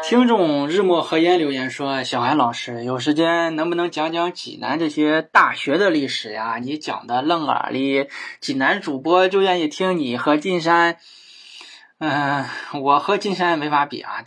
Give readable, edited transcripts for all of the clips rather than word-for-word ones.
听众日暮和烟留言说，小韩老师有时间能不能讲讲济南这些大学的历史呀？你讲的愣耳里，济南主播就愿意听你和金山。我和金山没法比啊，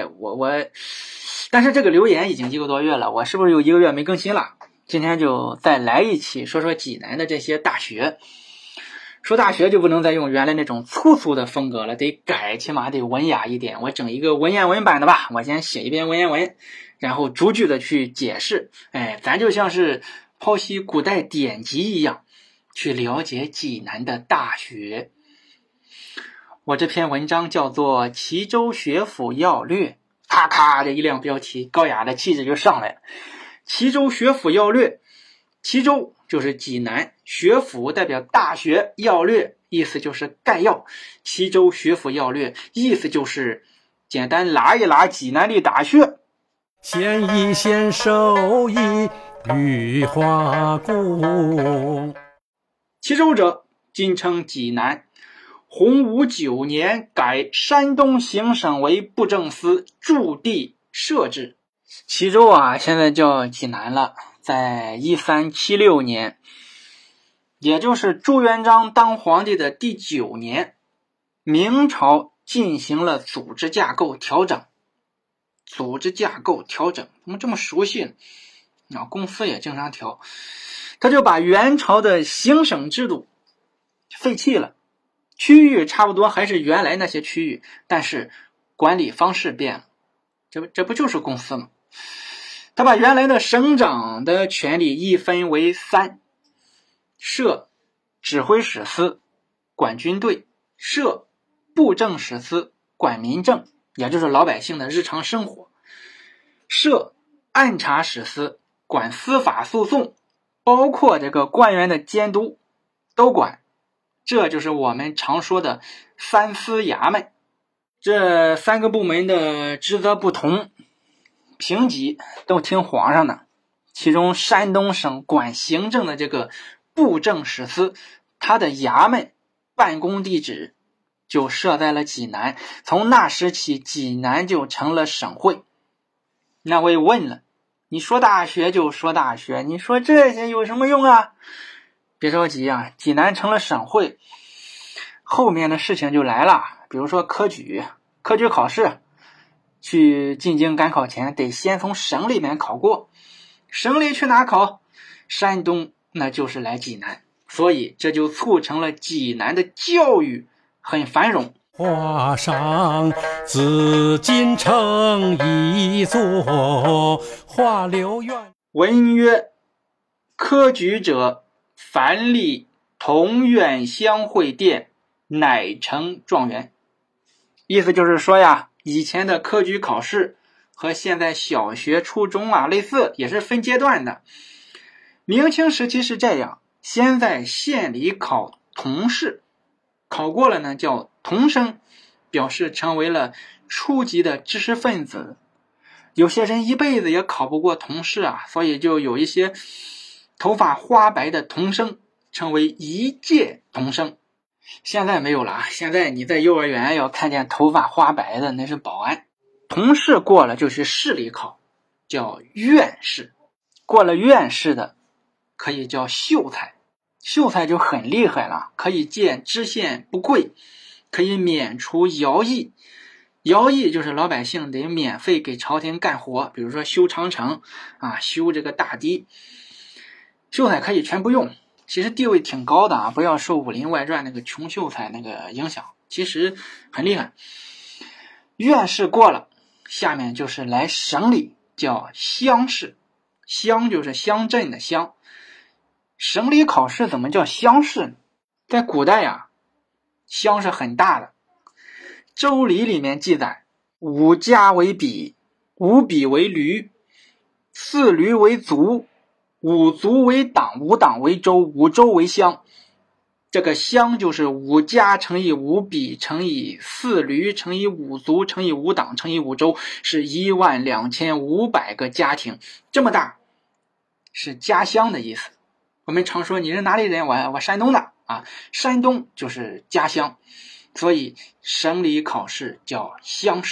但是这个留言已经1个多月了，我是不是有1个月没更新了？今天就再来一期说说济南的这些大学。说大学就不能再用原来那种粗俗的风格了，得改，起码得文雅一点。我整一个文言文版的吧，我先写一遍文言文，然后逐句的去解释。咱就像是剖析古代典籍一样，去了解济南的大学。我这篇文章叫做《齐州学府要略》，咔咔这一亮标题，高雅的气质就上来了。齐州学府要略，齐州就是济南，学府代表大学，要略意思就是概要。齐州学府要略意思就是简单拉一拉济南的大学。 献一献手艺绿化工。 齐州者，今称济南。洪武9年改山东行省为布政司，驻地设置。齐州啊，现在叫济南了。在1376年，也就是朱元璋当皇帝的第9年，明朝进行了组织架构调整。组织架构调整怎么这么熟悉呢？公司也经常调。他就把元朝的行省制度废弃了，区域差不多还是原来那些区域，但是管理方式变了。这不就是公司吗？他把原来的省长的权力一分为3，设指挥使司管军队，设布政使司管民政，也就是老百姓的日常生活，设按察使司管司法诉讼，包括这个官员的监督都管。这就是我们常说的3司衙门。这3个部门的职责不同，评级都听皇上的。其中山东省管行政的这个布政使司，它的衙门办公地址就设在了济南。从那时起，济南就成了省会。那我也问了，你说大学就说大学，你说这些有什么用啊？别着急啊，济南成了省会，后面的事情就来了。比如说科举考试，去进京赶考前得先从省里面考过，省里去哪考？山东，那就是来济南。所以这就促成了济南的教育很繁荣。 画上紫禁城一座，画流院。 文曰：科举者，凡历同院相会殿，乃成状元。意思就是说呀，以前的科举考试和现在小学、初中啊类似，也是分阶段的。明清时期是这样，先在县里考童试，考过了呢叫童生，表示成为了初级的知识分子。有些人一辈子也考不过童试啊，所以就有一些头发花白的童生成为一届童生。现在没有了，现在你在幼儿园要看见头发花白的，那是保安。童试过了就是市里考，叫院试。过了院试的可以叫秀才，秀才就很厉害了，可以见知县不贵，可以免除徭役。徭役就是老百姓得免费给朝廷干活，比如说修长城啊，修这个大堤，秀才可以全不用。其实地位挺高的啊，不要受《武林外传》那个穷秀才那个影响，其实很厉害。院试过了，下面就是来省里，叫乡试。乡就是乡镇的乡。省里考试怎么叫乡试呢？在古代呀，乡是很大的。周礼里面记载，5家为比，5比为驴，4驴为族，5族为党，5党为州，5州为乡。这个乡就是5家乘以5比乘以4驴乘以5族乘以5党乘以5州，是12500个家庭，这么大，是家乡的意思。我们常说你是哪里人？我山东的啊，山东就是家乡，所以省里考试叫乡试。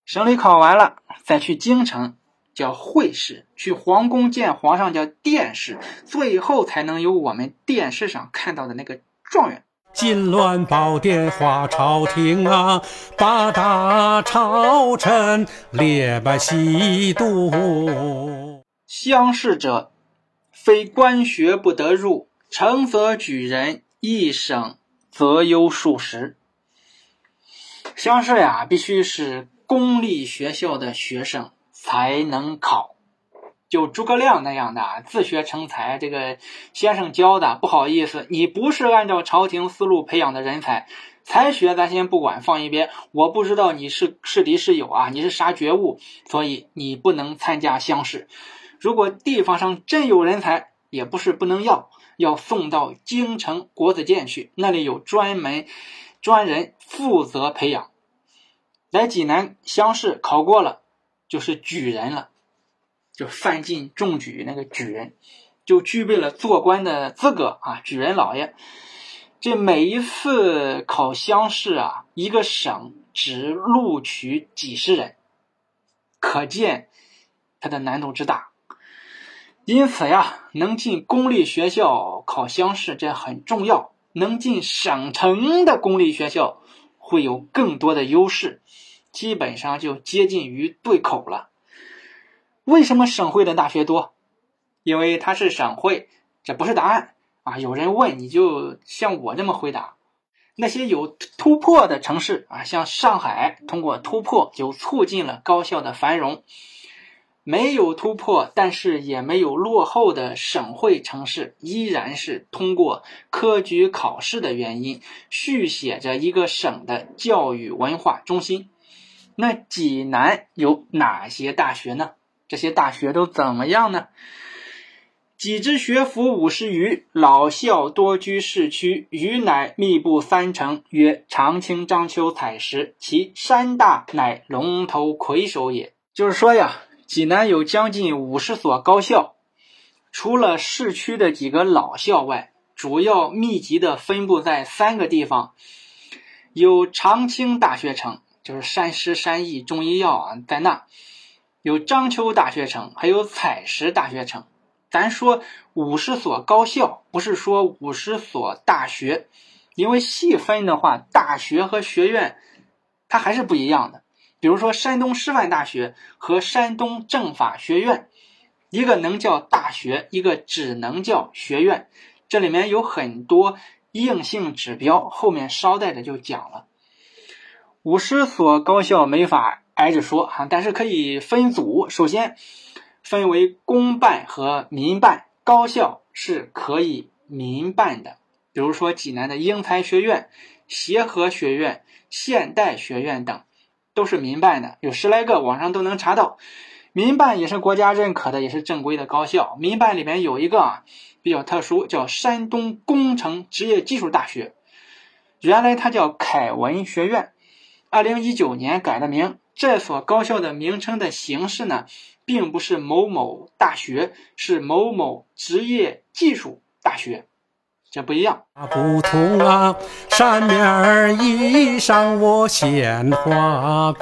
省里考完了再去京城叫会试，去皇宫见皇上叫殿试，最后才能有我们电视上看到的那个状元。 金銮宝殿画朝廷啊，八大朝臣列拜西都。 乡试者，非官学不得入，诚则举人，一省则优数十。乡试呀，必须是公立学校的学生才能考。就诸葛亮那样的自学成才，这个先生教的，不好意思，你不是按照朝廷思路培养的人才。才学咱先不管，放一边，我不知道你是敌是友啊，你是啥觉悟，所以你不能参加乡试。如果地方上真有人才，也不是不能要送到京城国子监去，那里有专人负责培养。来济南乡试考过了，就是举人了，就范进中举那个举人，就具备了做官的资格啊，举人老爷。这每一次考乡试啊，一个省只录取几十人，可见它的难度之大。因此呀，能进公立学校考乡试这很重要，能进省城的公立学校会有更多的优势，基本上就接近于对口了。为什么省会的大学多？因为它是省会，这不是答案啊！有人问你就像我这么回答。那些有突破的城市啊，像上海，通过突破就促进了高校的繁荣。没有突破，但是也没有落后的省会城市，依然是通过科举考试的原因，续写着一个省的教育文化中心。那济南有哪些大学呢？这些大学都怎么样呢？己之学府50余，老校多居市区，余乃密布三城，曰长青、章丘、采石，其山大乃龙头魁首也。就是说呀，济南有将近50所高校，除了市区的几个老校外，主要密集的分布在3个地方。有长青大学城，就是山师、山医、中医药啊，在那。有章丘大学城，还有采石大学城。咱说50所高校，不是说50所大学，因为细分的话，大学和学院它还是不一样的。比如说山东师范大学和山东政法学院，一个能叫大学，一个只能叫学院，这里面有很多硬性指标，后面捎带着就讲了。50所高校没法挨着说但是可以分组。首先分为公办和民办，高校是可以民办的，比如说济南的英才学院、协和学院、现代学院等都是民办的，有10来个，网上都能查到。民办也是国家认可的，也是正规的高校。民办里面有一个比较特殊，叫山东工程职业技术大学，原来它叫凯文学院，2019年改的名。这所高校的名称的形式呢，并不是某某大学，是某某职业技术大学，这不一样。 不同啊，扇面儿衣裳我鲜花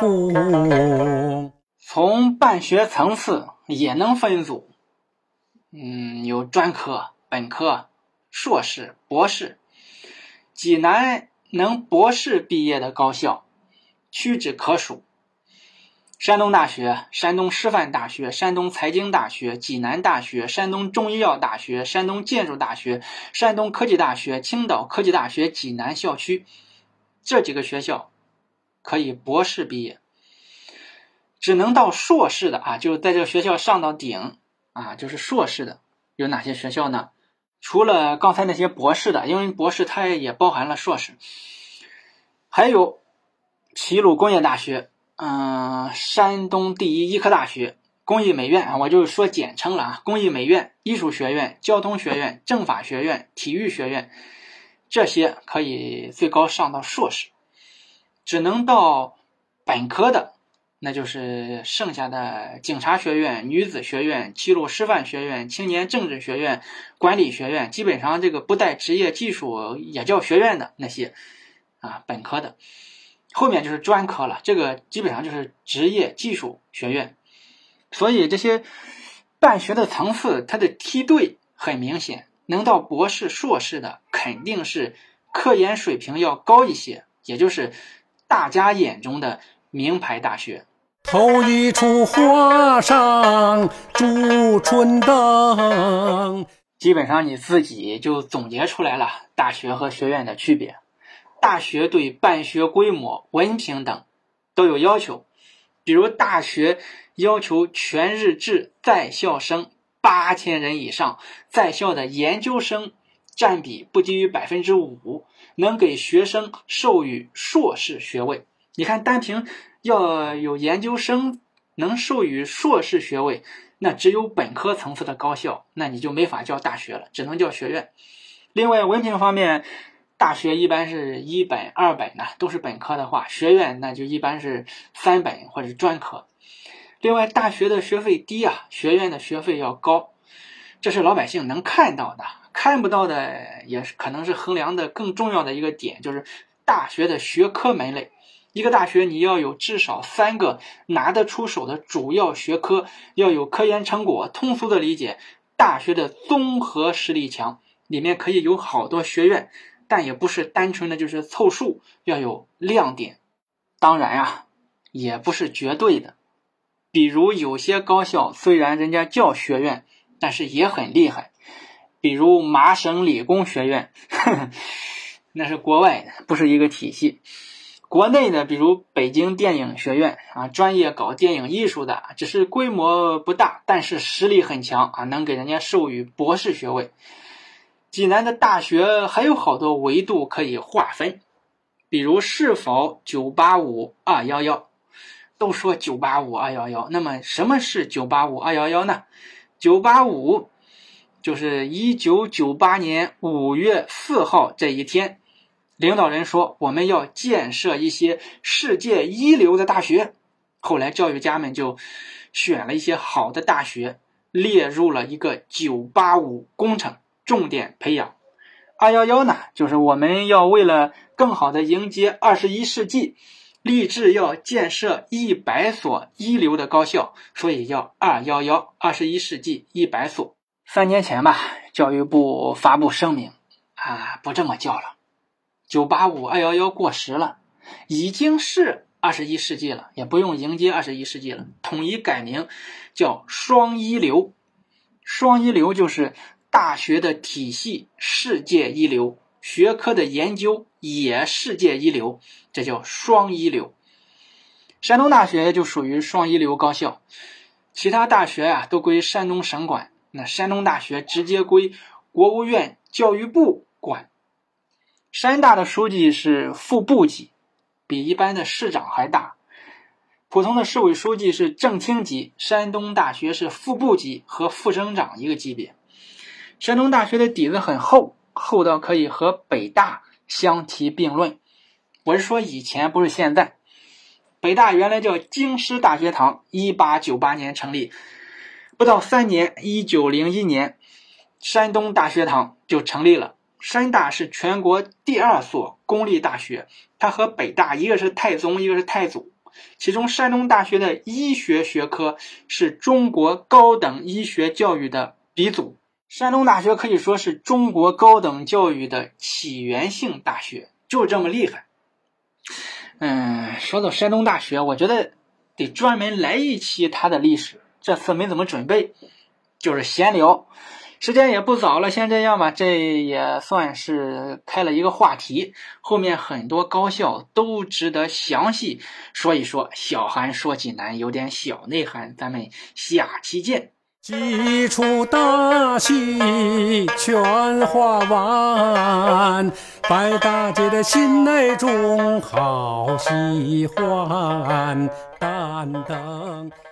cung。 从办学层次也能分组，有专科、本科、硕士、博士。济南能博士毕业的高校屈指可数。山东大学、山东师范大学、山东财经大学、济南大学、山东中医药大学、山东建筑大学、山东科技大学、青岛科技大学济南校区，这几个学校可以博士毕业。只能到硕士的就是在这个学校上到顶就是硕士的有哪些学校呢？除了刚才那些博士的，因为博士它也包含了硕士，还有齐鲁工业大学、山东第一医科大学、工艺美院我就说简称了工艺美院、艺术学院、交通学院、政法学院、体育学院，这些可以最高上到硕士。只能到本科的，那就是剩下的警察学院、女子学院、齐鲁师范学院、青年政治学院、管理学院，基本上这个不带职业技术也叫学院的那些本科的。 后面就是专科了，这个基本上就是职业技术学院。所以这些办学的层次，它的梯队很明显，能到博士硕士的肯定是科研水平要高一些，也就是大家眼中的名牌大学。 头一处画上烛春灯， 基本上你自己就总结出来了大学和学院的区别。大学对办学规模、文凭等都有要求，比如大学要求全日制在校生8000人以上，在校的研究生占比不低于 5%， 能给学生授予硕士学位。你看单凭要有研究生能授予硕士学位，那只有本科层次的高校，那你就没法叫大学了，只能叫学院。另外文凭方面，大学一般是1本2本呢，都是本科的话，学院那就一般是3本或者专科。另外大学的学费低啊，学院的学费要高，这是老百姓能看到的。看不到的也是可能是衡量的更重要的一个点，就是大学的学科门类。一个大学你要有至少3个拿得出手的主要学科，要有科研成果。通俗的理解，大学的综合实力强，里面可以有好多学院，但也不是单纯的就是凑数，要有亮点。当然啊，也不是绝对的。比如有些高校虽然人家叫学院，但是也很厉害，比如麻省理工学院那是国外的，不是一个体系。国内的比如北京电影学院啊，专业搞电影艺术的，只是规模不大，但是实力很强啊，能给人家授予博士学位。济南的大学还有好多维度可以划分，比如是否985、211，都说985、211，那么什么是985、211呢？985就是1998年5月4号这一天，领导人说我们要建设一些世界一流的大学，后来教育家们就选了一些好的大学，列入了一个985工程，重点培养。211呢，就是我们要为了更好的迎接21世纪，立志要建设100所一流的高校，所以叫211， 21世纪100所。3年前吧，教育部发布声明不这么叫了，985、211过时了，已经是21世纪了，也不用迎接21世纪了，统一改名叫双一流。双一流就是大学的体系世界一流，学科的研究也世界一流，这叫双一流。山东大学就属于双一流高校，其他大学都归山东省管，那山东大学直接归国务院教育部管。山大的书记是副部级，比一般的市长还大。普通的市委书记是正厅级，山东大学是副部级和副省长一个级别。山东大学的底子很厚，厚到可以和北大相提并论。我是说以前，不是现在。北大原来叫京师大学堂，1898年成立，不到3年，1901年山东大学堂就成立了。山大是全国第2所公立大学，它和北大一个是太宗，一个是太祖。其中山东大学的医学学科是中国高等医学教育的鼻祖。山东大学可以说是中国高等教育的起源性大学，就这么厉害。说到山东大学，我觉得得专门来一期它的历史，这次没怎么准备，就是闲聊。时间也不早了，先这样吧，这也算是开了一个话题，后面很多高校都值得详细说一说。小韩说济南有点小内涵，咱们下期见。 几处大戏全画完，白大姐的心内中好喜欢，但等